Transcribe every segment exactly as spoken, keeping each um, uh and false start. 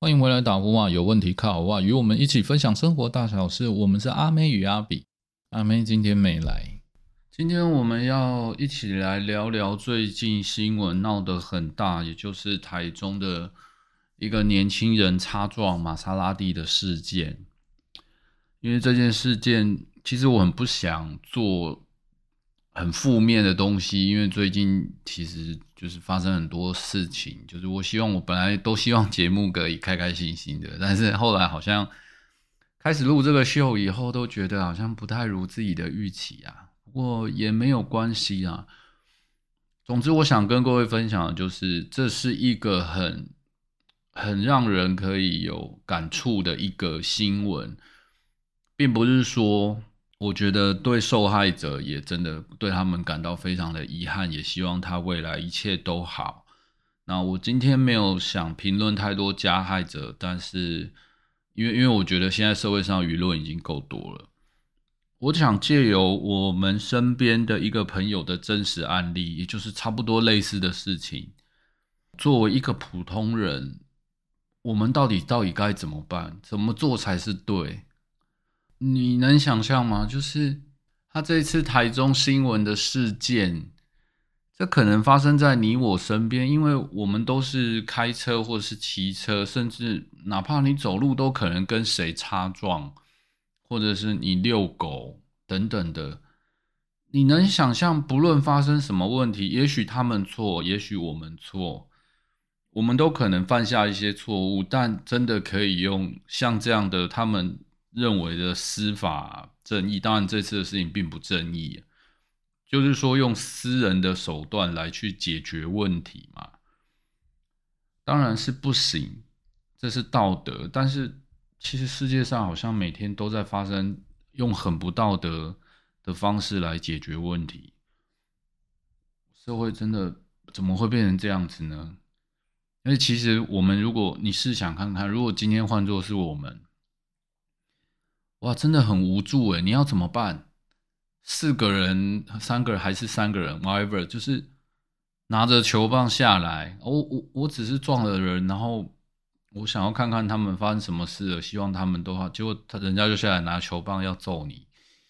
欢迎回来打呼啊！有问题靠我啊！与我们一起分享生活大小事。我们是阿妹与阿比，阿妹今天没来。今天我们要一起来聊聊最近新闻闹得很大，也就是台中的一个年轻人擦撞玛莎拉蒂的事件。因为这件事件，其实我很不想做很负面的东西，因为最近其实就是发生很多事情，就是我希望我本来都希望节目可以开开心心的，但是后来好像开始录这个秀以后，都觉得好像不太如自己的预期啊。不过也没有关系啊。总之，我想跟各位分享的就是，这是一个很很让人可以有感触的一个新闻，并不是说我觉得对受害者也真的对他们感到非常的遗憾，也希望他未来一切都好。那我今天没有想评论太多加害者，但是因为因为我觉得现在社会上舆论已经够多了，我想借由我们身边的一个朋友的真实案例，也就是差不多类似的事情，作为一个普通人，我们到底到底该怎么办？怎么做才是对？你能想象吗？就是他这一次台中新闻的事件，这可能发生在你我身边，因为我们都是开车或者是骑车，甚至哪怕你走路都可能跟谁擦撞，或者是你遛狗等等的。你能想象，不论发生什么问题，也许他们错，也许我们错，我们都可能犯下一些错误，但真的可以用像这样的他们认为的司法正义，当然这次的事情并不正义，就是说用私人的手段来去解决问题嘛，当然是不行，这是道德，但是其实世界上好像每天都在发生用很不道德的方式来解决问题，社会真的怎么会变成这样子呢？因为其实我们如果你试想看看，如果今天换作是我们，哇，真的很无助诶，你要怎么办？四个人、三个人还是三个人 ，whatever，就是拿着球棒下来，我我我只是撞了人，然后我想要看看他们发生什么事了，希望他们都好，结果他人家就下来拿球棒要揍你，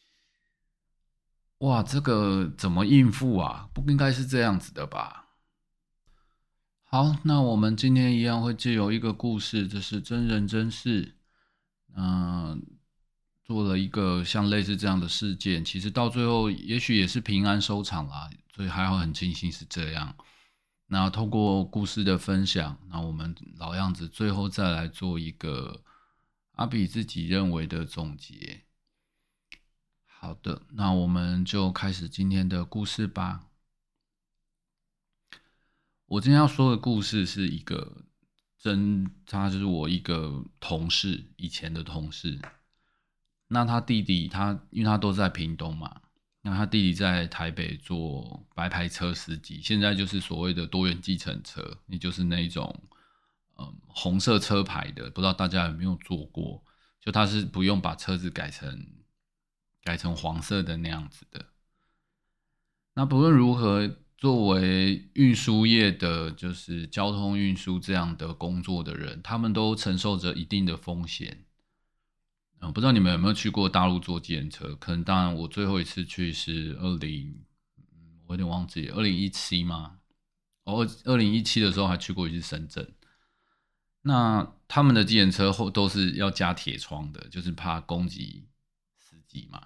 哇，这个怎么应付啊？不应该是这样子的吧？好，那我们今天一样会借由一个故事，这是真人真事，嗯、做了一个像类似这样的事件，其实到最后也许也是平安收场啦，所以还好很庆幸是这样。那透过故事的分享，那我们老样子最后再来做一个阿比自己认为的总结。好的，那我们就开始今天的故事吧。我今天要说的故事是一个真，他就是我一个同事，以前的同事。那他弟弟他，因为他都在屏东嘛，那他弟弟在台北做白牌车司机，现在就是所谓的多元计程车，也就是那一种，嗯，红色车牌的，不知道大家有没有坐过？就他是不用把车子改成改成黄色的那样子的。那不论如何，作为运输业的，就是交通运输这样的工作的人，他们都承受着一定的风险。嗯，不知道你们有没有去过大陆坐计程车？可能当然，我最后一次去是二零，我有点忘记了，二零一七吗？哦，二零一七的时候还去过一次深圳。那他们的计程车后都是要加铁窗的，就是怕攻击司机嘛。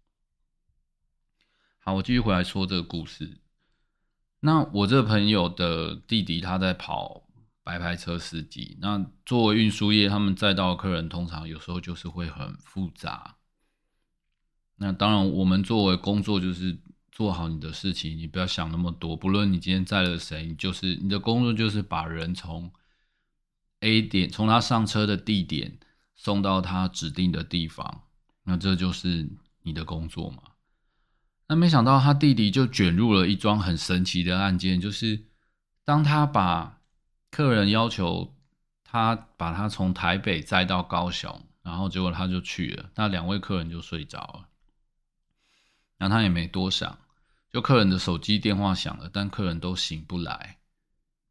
好，我继续回来说这个故事。那我这个朋友的弟弟他在跑白牌车司机，那作为运输业，他们载到的客人通常有时候就是会很复杂。那当然，我们作为工作就是做好你的事情，你不要想那么多。不论你今天载了谁，你就是你的工作就是把人从 A 点，从他上车的地点送到他指定的地方，那这就是你的工作嘛。那没想到他弟弟就卷入了一桩很神奇的案件，就是当他把客人要求他把他从台北载到高雄，然后结果他就去了，那两位客人就睡着了，然后他也没多想，就客人的手机电话响了，但客人都醒不来。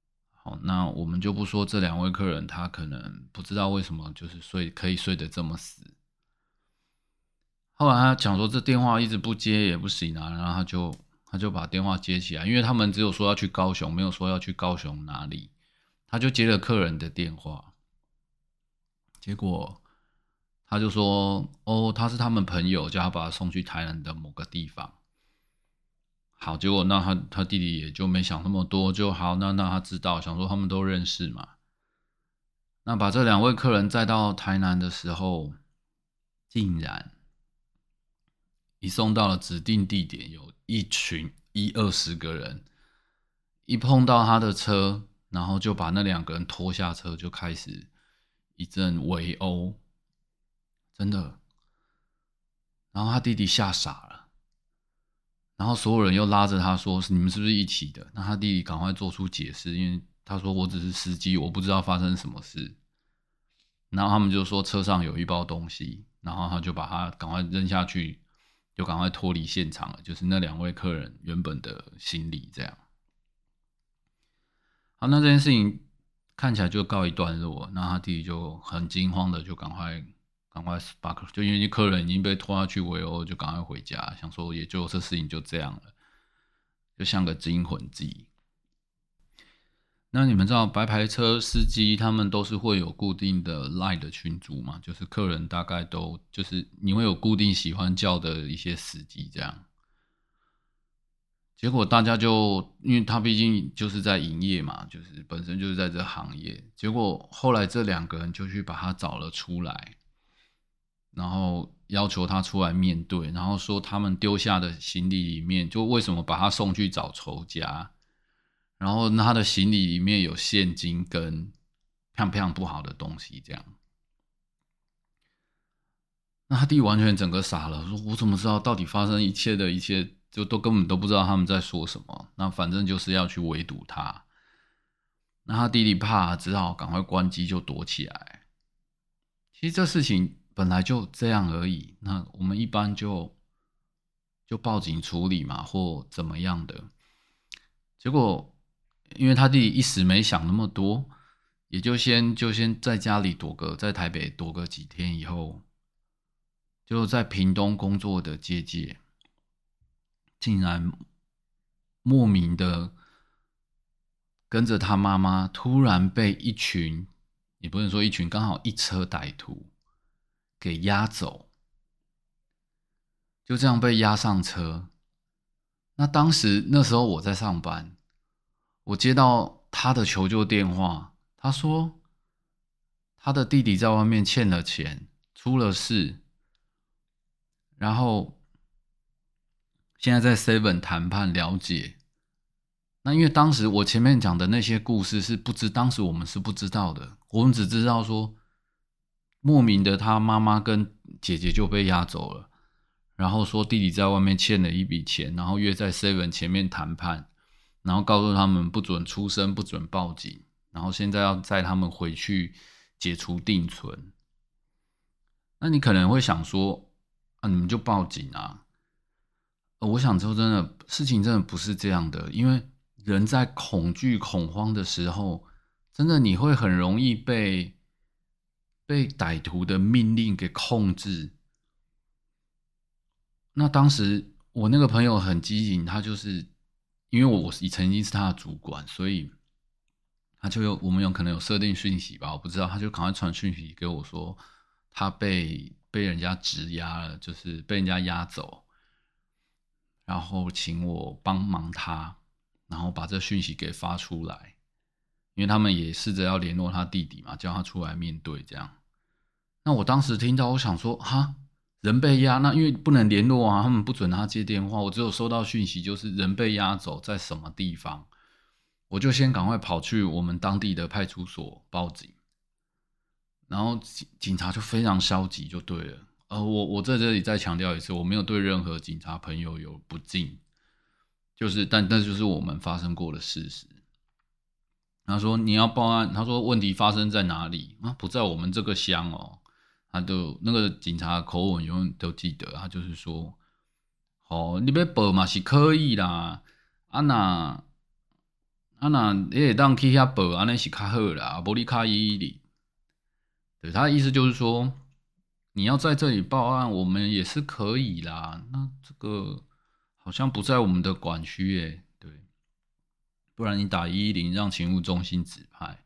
好，那我们就不说这两位客人，他可能不知道为什么就是睡可以睡得这么死。后来他讲说这电话一直不接也不行啊，然后他就他就把电话接起来，因为他们只有说要去高雄，没有说要去高雄哪里，他就接了客人的电话，结果他就说哦，他是他们朋友，叫他把他送去台南的某个地方。好，结果那他他弟弟也就没想那么多，就好，那那他知道，想说他们都认识嘛。那把这两位客人载到台南的时候，竟然一送到了指定地点，有一群一二十个人，一碰到他的车，然后就把那两个人拖下车，就开始一阵围殴，真的。然后他弟弟吓傻了。然后所有人又拉着他说：“你们是不是一起的？”那他弟弟赶快做出解释，因为他说：“我只是司机，我不知道发生什么事。”然后他们就说车上有一包东西，然后他就把它赶快扔下去，就赶快脱离现场了。就是那两位客人原本的行李这样。好，那这件事情看起来就告一段落，那他弟弟就很惊慌的就赶快。赶快把客，就因为客人已经被拖下去围殴，就赶快回家，想说也就这事情就这样了，就像个惊魂记。那你们知道白牌车司机他们都是会有固定的 line 的群组嘛？就是客人大概都就是你会有固定喜欢叫的一些司机这样。结果大家就因为他毕竟就是在营业嘛，就是本身就是在这行业，结果后来这两个人就去把他找了出来。然后要求他出来面对，然后说他们丢下的行李里面，就为什么把他送去找仇家，然后他的行李里面有现金跟漂漂不好的东西，这样。那他弟完全整个傻了，说我怎么知道到底发生一切的一切，就都根本都不知道他们在说什么。那反正就是要去围堵他。那他弟弟怕，只好赶快关机就躲起来。其实这事情本来就这样而已，那我们一般就就报警处理嘛，或怎么样的。结果因为他弟弟一时没想那么多，也就先就先在家里躲个，在台北躲个几天以后，就在屏东工作的姐姐，竟然莫名的跟着他妈妈，突然被一群，也不能说一群，刚好一车歹徒给押走，就这样被押上车。那当时那时候我在上班，我接到他的求救电话，他说他的弟弟在外面欠了钱，出了事，然后现在在 Seven 谈判了解。那因为当时我前面讲的那些故事是不知，当时我们是不知道的，我们只知道说莫名的他妈妈跟姐姐就被押走了。然后说弟弟在外面欠了一笔钱，然后约在 Seven 前面谈判，然后告诉他们不准出声，不准报警，然后现在要载他们回去解除定存。那你可能会想说，啊，你们就报警啊？呃我想说真的，事情真的不是这样的，因为人在恐惧、恐慌的时候，真的你会很容易被被歹徒的命令给控制。那当时我那个朋友很机警，他就是因为我曾经是他的主管，所以他就有我们有可能有设定讯息吧，我不知道，他就赶快传讯息给我说他被被人家质押了，就是被人家押走，然后请我帮忙他，然后把这讯息给发出来，因为他们也试着要联络他弟弟嘛，叫他出来面对这样。那我当时听到，我想说哈。人被押，那因为不能联络啊，他们不准他接电话。我只有收到讯息，就是人被押走在什么地方，我就先赶快跑去我们当地的派出所报警。然后警警察就非常消极，就对了。呃，我我在这里再强调一次，我没有对任何警察朋友有不敬，就是但那就是我们发生过的事实。他说你要报案，他说问题发生在哪里啊？不在我们这个乡哦。他就那个警察口吻永远都记得，他就是说，哦，你要报嘛是可以啦，啊那啊那你会当去遐报，安尼是较好啦，无你卡一一零。对，他的意思就是说，你要在这里报案，我们也是可以啦。那这个好像不在我们的管区诶，对，不然你打一一零让勤务中心指派。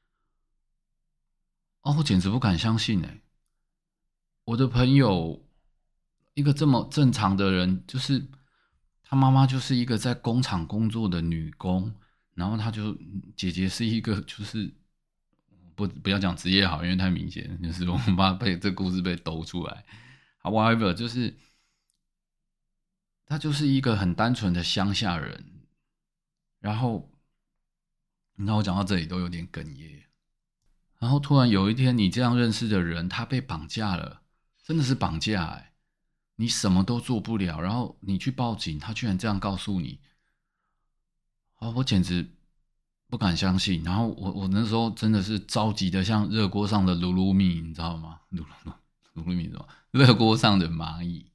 哦，我简直不敢相信诶，我的朋友一个这么正常的人，就是他妈妈就是一个在工厂工作的女工，然后他就姐姐是一个就是不不要讲职业好，因为太明显，就是我们怕被这故事被抖出来。好 ，whatever，就是他就是一个很单纯的乡下人，然后你看我讲到这里都有点哽咽。然后突然有一天，你这样认识的人，他被绑架了，真的是绑架哎、欸！你什么都做不了，然后你去报警，他居然这样告诉你，哦，我简直不敢相信。然后我我那时候真的是着急的，像热锅上的噜噜米，你知道吗？噜噜噜噜米什么？热锅上的蚂蚁。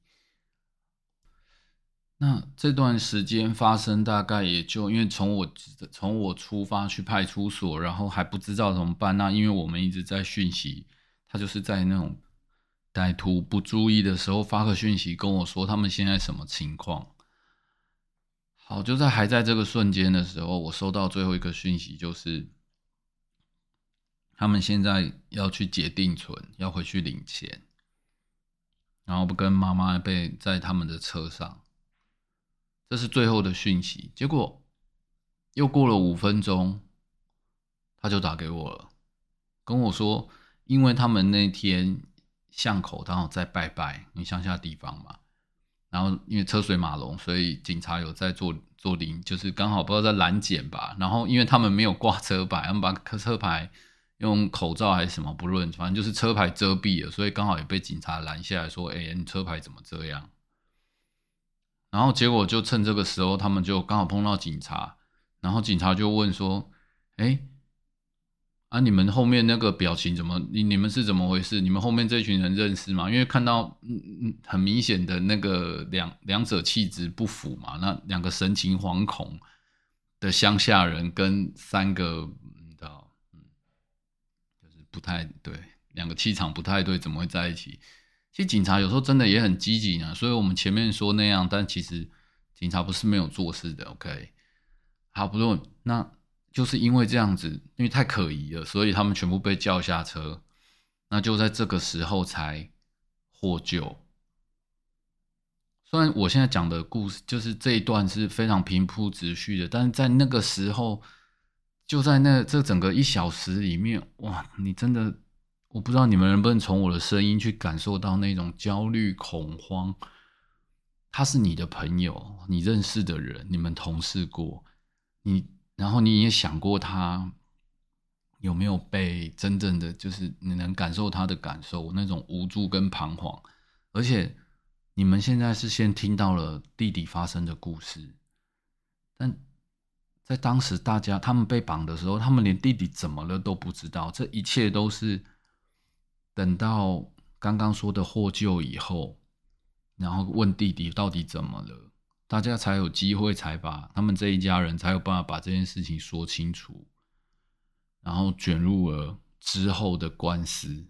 那这段时间发生大概也就因为从我从我出发去派出所，然后还不知道怎么办。那因为我们一直在讯息，他就是在那种歹徒不注意的时候发个讯息跟我说他们现在什么情况。好，就在还在这个瞬间的时候，我收到最后一个讯息，就是他们现在要去解定存，要回去领钱，然后跟妈妈被在他们的车上。这是最后的讯息。结果又过了五分钟，他就打给我了，跟我说，因为他们那天巷口刚好在拜拜，因为乡下地方嘛，然后因为车水马龙，所以警察有在做做临，就是刚好不知道在拦检吧。然后因为他们没有挂车牌，他们把车牌用口罩还是什么不论，反正就是车牌遮蔽了，所以刚好也被警察拦下来说：“哎、欸，你车牌怎么这样？”然后结果就趁这个时候，他们就刚好碰到警察，然后警察就问说：“哎，啊，你们后面那个表情怎么？你你们是怎么回事？你们后面这群人认识吗？因为看到嗯嗯很明显的那个两两者气质不符嘛，那两个神情惶恐的乡下人跟三个你知道，嗯，就是不太对，两个气场不太对，怎么会在一起？”其实警察有时候真的也很积极呢，所以我们前面说那样，但其实警察不是没有做事的。OK， 好，不论那就是因为这样子，因为太可疑了，所以他们全部被叫下车。那就在这个时候才获救。虽然我现在讲的故事就是这一段是非常平铺直叙的，但是在那个时候，就在那这整个一小时里面，哇，你真的。我不知道你们能不能从我的声音去感受到那种焦虑、恐慌。他是你的朋友，你认识的人，你们同事过，你，然后你也想过他有没有被真正的，就是你能感受他的感受，那种无助跟彷徨。而且你们现在是先听到了弟弟发生的故事，但在当时大家他们被绑的时候，他们连弟弟怎么了都不知道，这一切都是。等到刚刚说的获救以后，然后问弟弟到底怎么了，大家才有机会，才把他们这一家人才有办法把这件事情说清楚，然后卷入了之后的官司。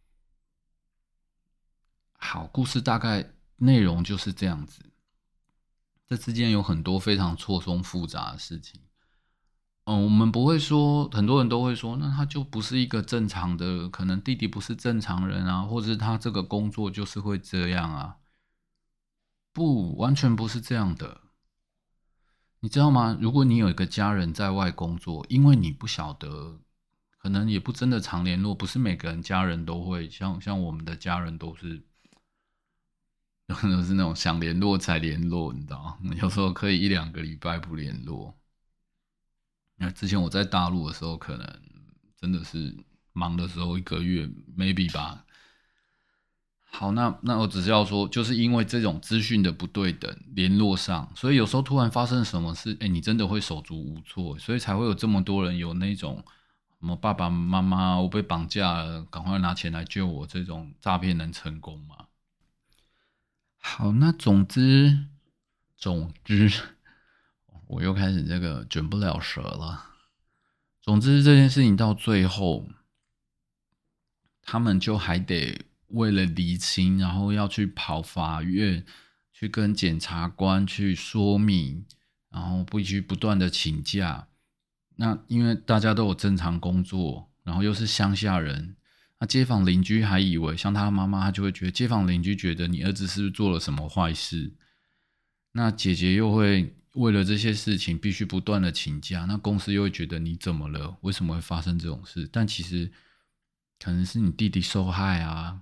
好，故事大概内容就是这样子，这之间有很多非常错综复杂的事情。嗯，我们不会说，很多人都会说，那他就不是一个正常的，可能弟弟不是正常人啊，或者是他这个工作就是会这样啊。不，完全不是这样的。你知道吗？如果你有一个家人在外工作，因为你不晓得，可能也不真的常联络，不是每个人家人都会，像像我们的家人都是，有可能是那种想联络才联络，你知道吗？有时候可以一两个礼拜不联络。那之前我在大陆的时候，可能真的是忙的时候一个月 maybe 吧。好，那那我只是要说，就是因为这种资讯的不对等，联络上，所以有时候突然发生什么事，哎，你真的会手足无措，所以才会有这么多人有那种什么爸爸妈妈我被绑架了，赶快拿钱来救我，这种诈骗能成功吗？好，那总之，总之。 我又开始这个卷不了舌了。总之这件事情到最后，他们就还得为了厘清，然后要去跑法院，去跟检察官去说明，然后必须不断的请假。那因为大家都有正常工作，然后又是乡下人，那街坊邻居还以为，像他妈妈，他就会觉得街坊邻居觉得你儿子是不是做了什么坏事，那姐姐又会为了这些事情必须不断的请假，那公司又会觉得你怎么了？为什么会发生这种事？但其实可能是你弟弟受害啊。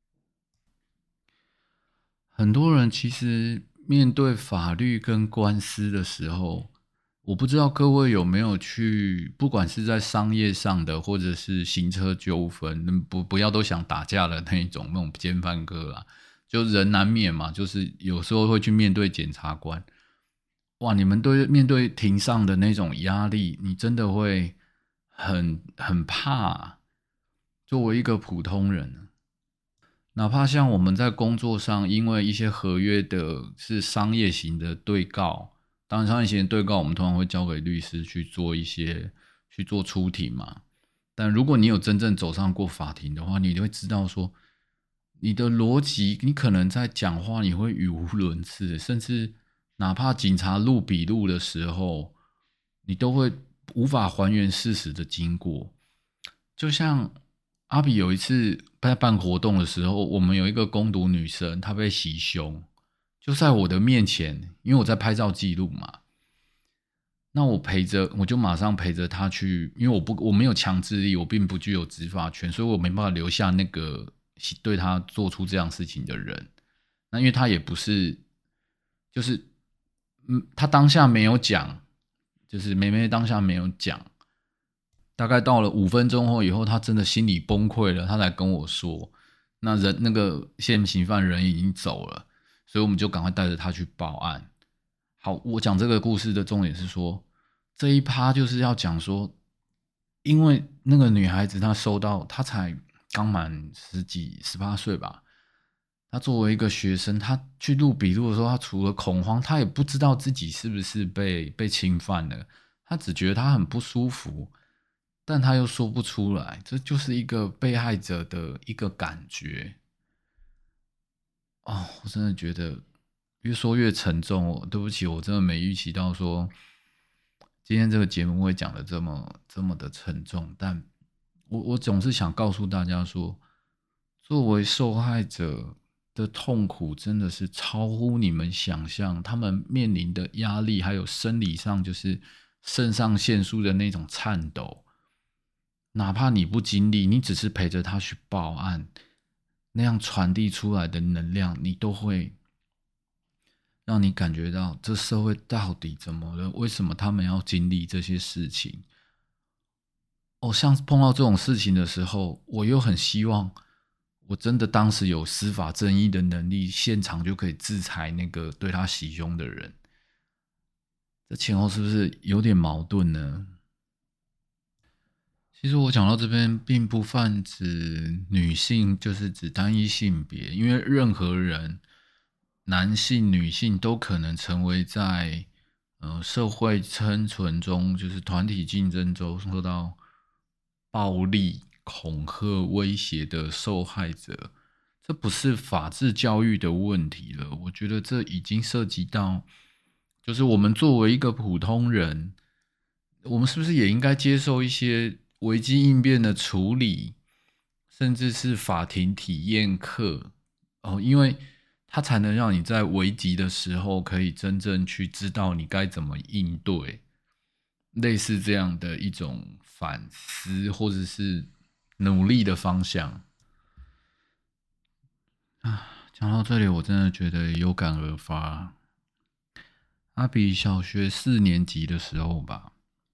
很多人其实面对法律跟官司的时候，我不知道各位有没有去，不管是在商业上的，或者是行车纠纷，不不要都想打架的那一种那种奸犯科啦，就人难免嘛，就是有时候会去面对检察官。哇，你们对面对庭上的那种压力，你真的会很很怕。作为一个普通人，哪怕像我们在工作上，因为一些合约的是商业型的对告，当然商业型的对告，我们通常会交给律师去做一些去做出庭嘛。但如果你有真正走上过法庭的话，你会知道说，你的逻辑，你可能在讲话你会语无伦次，甚至哪怕警察录笔录的时候，你都会无法还原事实的经过。就像阿比有一次在办活动的时候，我们有一个工读女生，她被袭胸，就在我的面前，因为我在拍照记录嘛，那我陪着，我就马上陪着她去，因为我不我没有强制力，我并不具有执法权，所以我没办法留下那个对她做出这样事情的人。那因为她也不是，就是嗯，她当下没有讲，就是妹妹当下没有讲。大概到了五分钟后以后，他真的心理崩溃了，他才跟我说，那人那个现行犯人已经走了，所以我们就赶快带着他去报案。好，我讲这个故事的重点是说，这一趴就是要讲说，因为那个女孩子她收到，她才刚满十几、十八岁吧，她作为一个学生，她去录笔录的时候，她除了恐慌，她也不知道自己是不是被被侵犯了，她只觉得她很不舒服。但他又说不出来，这就是一个被害者的一个感觉。哦，我真的觉得越说越沉重哦。对不起，我真的没预期到说今天这个节目会讲的这么这么的沉重。但我我总是想告诉大家说，作为受害者的痛苦真的是超乎你们想象，他们面临的压力，还有生理上就是肾上腺素的那种颤抖。哪怕你不经历，你只是陪着他去报案，那样传递出来的能量，你都会让你感觉到这社会到底怎么了？为什么他们要经历这些事情？哦，像碰到这种事情的时候，我又很希望我真的当时有司法正义的能力，现场就可以制裁那个对他袭胸的人。这前后是不是有点矛盾呢？其实我讲到这边，并不泛指女性，就是指单一性别，因为任何人，男性、女性都可能成为在呃社会生存中，就是团体竞争中受到暴力、恐吓、威胁的受害者。这不是法治教育的问题了，我觉得这已经涉及到，就是我们作为一个普通人，我们是不是也应该接受一些危机应变的处理，甚至是法庭体验课哦，因为它才能让你在危急的时候可以真正去知道你该怎么应对，类似这样的一种反思或者是努力的方向啊。讲到这里，我真的觉得有感而发。阿比小学四年级的时候吧。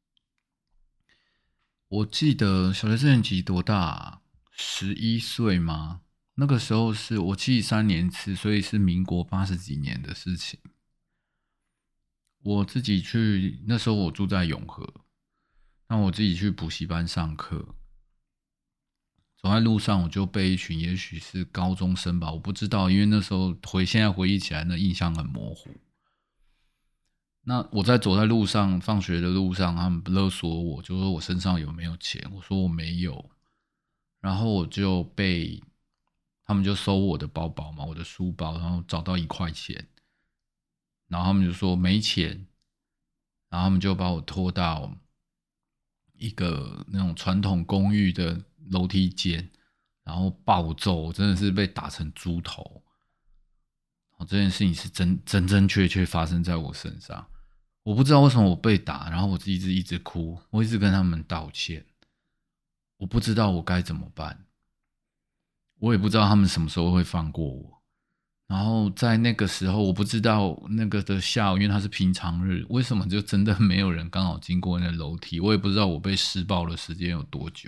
我记得小学四年级多大啊？十一岁吗？那个时候是我记三年次，所以是民国八十几年的事情。我自己去，那时候我住在永和，那我自己去补习班上课。走在路上，我就被一群也许是高中生吧，我不知道，因为那时候回现在回忆起来，那印象很模糊。 那我在走在路上，放学的路上，他们勒索我，就说我身上有没有钱，我说我没有，然后我就被他们就搜我的包包嘛，我的书包，然后找到一块钱，然后他们就说没钱，然后他们就把我拖到一个那种传统公寓的楼梯间，然后暴揍，我真的是被打成猪头。这件事情是真真真确确发生在我身上，我不知道为什么我被打，然后我自己一直一直哭，我一直跟他们道歉，我不知道我该怎么办，我也不知道他们什么时候会放过我。然后在那个时候，我不知道那个的下午，因为它是平常日，为什么就真的没有人刚好经过那楼梯？我也不知道我被施暴的时间有多久。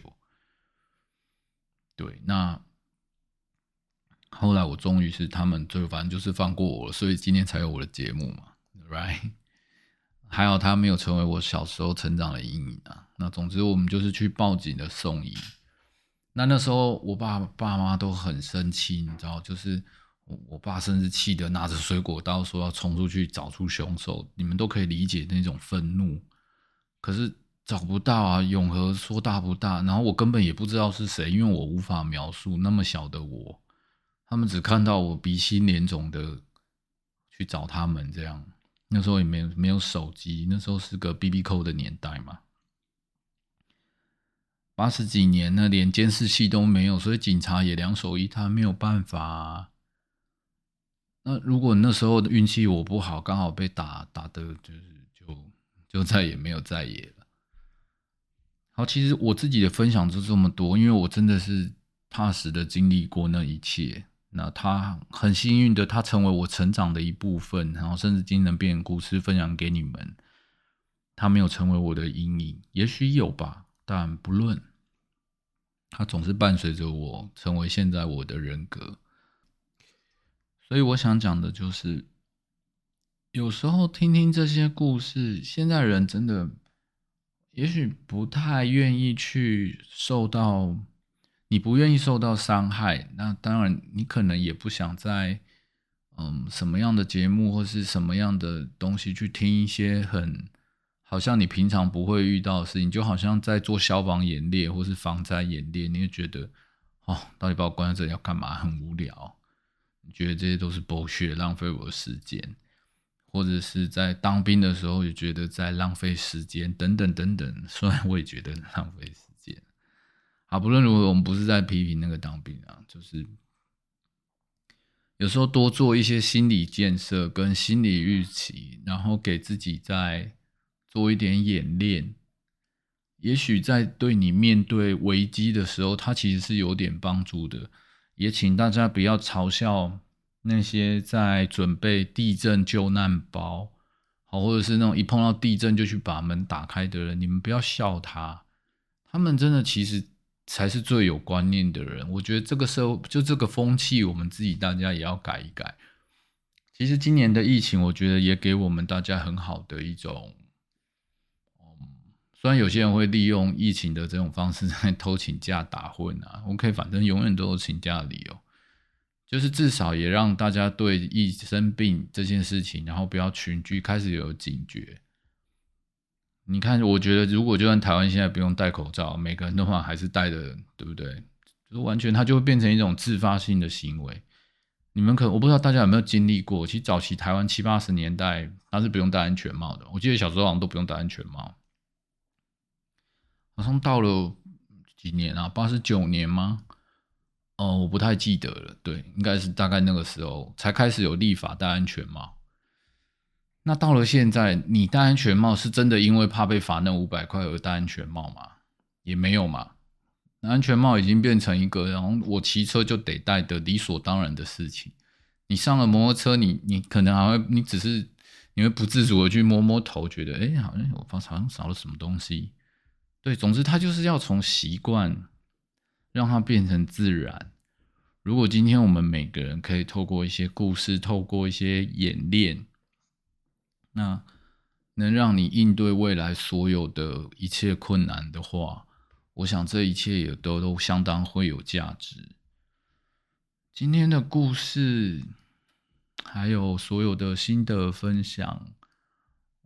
对，那后来我终于是他们就反正就是放过我了，所以今天才有我的节目嘛 ，right？还好他没有成为我小时候成长的阴影啊。那总之我们就是去报警的送医。那那时候我爸爸妈都很生气，你知道，就是我我爸甚至气得拿着水果刀说要冲出去找出凶手，你们都可以理解那种愤怒。可是找不到啊，永和说大不大，然后我根本也不知道是谁，因为我无法描述那么小的我，他们只看到我鼻青脸肿的去找他们这样。那时候也没有没有手机，那时候是个 B B 扣的年代嘛，八十几年呢，连监视器都没有，所以警察也两手一摊，没有办法啊。那如果那时候的运气我不好，刚好被打打的，就是就就再也没有再也了。好，其实我自己的分享就这么多，因为我真的是踏实的经历过那一切。那他很幸运的，他成为我成长的一部分，然后甚至今能变故事分享给你们。他没有成为我的阴影，也许有吧，但不论，他总是伴随着我，成为现在我的人格。所以我想讲的就是，有时候听听这些故事，现在人真的也许不太愿意去受到，你不愿意受到伤害，那当然你可能也不想在嗯什么样的节目或是什么样的东西去听一些很好像你平常不会遇到的事情，就好像在做消防演练或是防灾演练，你会觉得哦，到底把我关在这里要干嘛？很无聊，你觉得这些都是bullshit，浪费我的时间。或者是在当兵的时候也觉得在浪费时间，等等等等。虽然我也觉得浪费时间。好，不论如何，我们不是在批评那个当兵啊，就是有时候多做一些心理建设跟心理预期，然后给自己再做一点演练。也许在对你面对危机的时候，它其实是有点帮助的。也请大家不要嘲笑那些在准备地震救难包，好，或者是那种一碰到地震就去把门打开的人，你们不要笑他，他们真的其实才是最有观念的人。我觉得这个社会就这个风气，我们自己大家也要改一改。其实今年的疫情，我觉得也给我们大家很好的一种，嗯，虽然有些人会利用疫情的这种方式在偷请假打混啊，OK，反正永远都有请假的理由。就是至少也让大家对疫生病这件事情，然后不要群聚，开始有警觉。你看，我觉得如果就算台湾现在不用戴口罩，每个人的话还是戴的，对不对？就是完全它就会变成一种自发性的行为。你们可我不知道大家有没有经历过，其实早期台湾七八十年代它是不用戴安全帽的，我记得小时候好像都不用戴安全帽。好像到了几年啊，八十九年吗？哦，我不太记得了，对，应该是大概那个时候才开始有立法戴安全帽。那到了现在，你戴安全帽是真的因为怕被罚那五百块而戴安全帽吗？也没有嘛。那安全帽已经变成一个，然后我骑车就得戴的理所当然的事情。你上了摩托车，你你可能还会，你只是你会不自主的去摸摸头，觉得哎、欸，好像我好像少了什么东西。对，总之它就是要从习惯让它变成自然。如果今天我们每个人可以透过一些故事，透过一些演练，那能让你应对未来所有的一切困难的话，我想这一切也都都相当会有价值。今天的故事，还有所有的心得分享，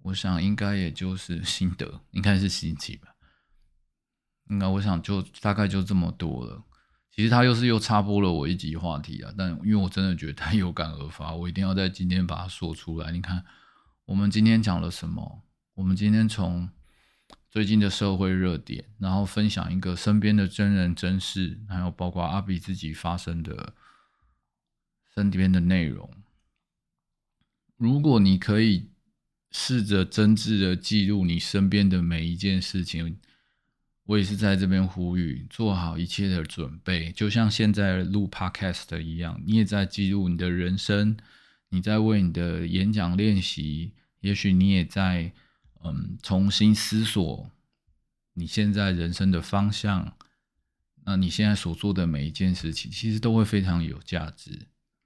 我想应该也就是心得，应该是心情吧。应该我想就大概就这么多了。其实他又是又插播了我一集话题啊，但因为我真的觉得他有感而发，我一定要在今天把它说出来。你看，我们今天讲了什么？我们今天从最近的社会热点，然后分享一个身边的真人真事，还有包括阿比自己发生的身边的内容。如果你可以试着真挚的记录你身边的每一件事情，我也是在这边呼吁，做好一切的准备，就像现在录 podcast 一样，你也在记录你的人生，你在为你的演讲练习，也许你也在嗯重新思索你现在人生的方向，那你现在所做的每一件事情，其实都会非常有价值。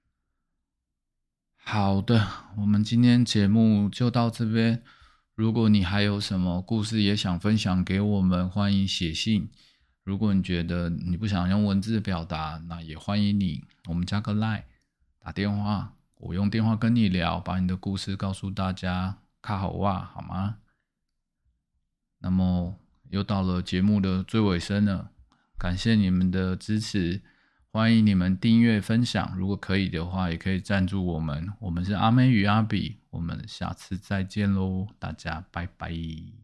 好的，我们今天节目就到这边。如果你还有什么故事也想分享给我们，欢迎写信。如果你觉得你不想用文字表达，那也欢迎你，我们加个 line， 打电话，我用电话跟你聊，把你的故事告诉大家，卡好哇，好吗？那么又到了节目的最尾声了，感谢你们的支持。欢迎你们订阅分享，如果可以的话也可以赞助我们。我们是阿妹与阿比，我们下次再见咯，大家拜拜。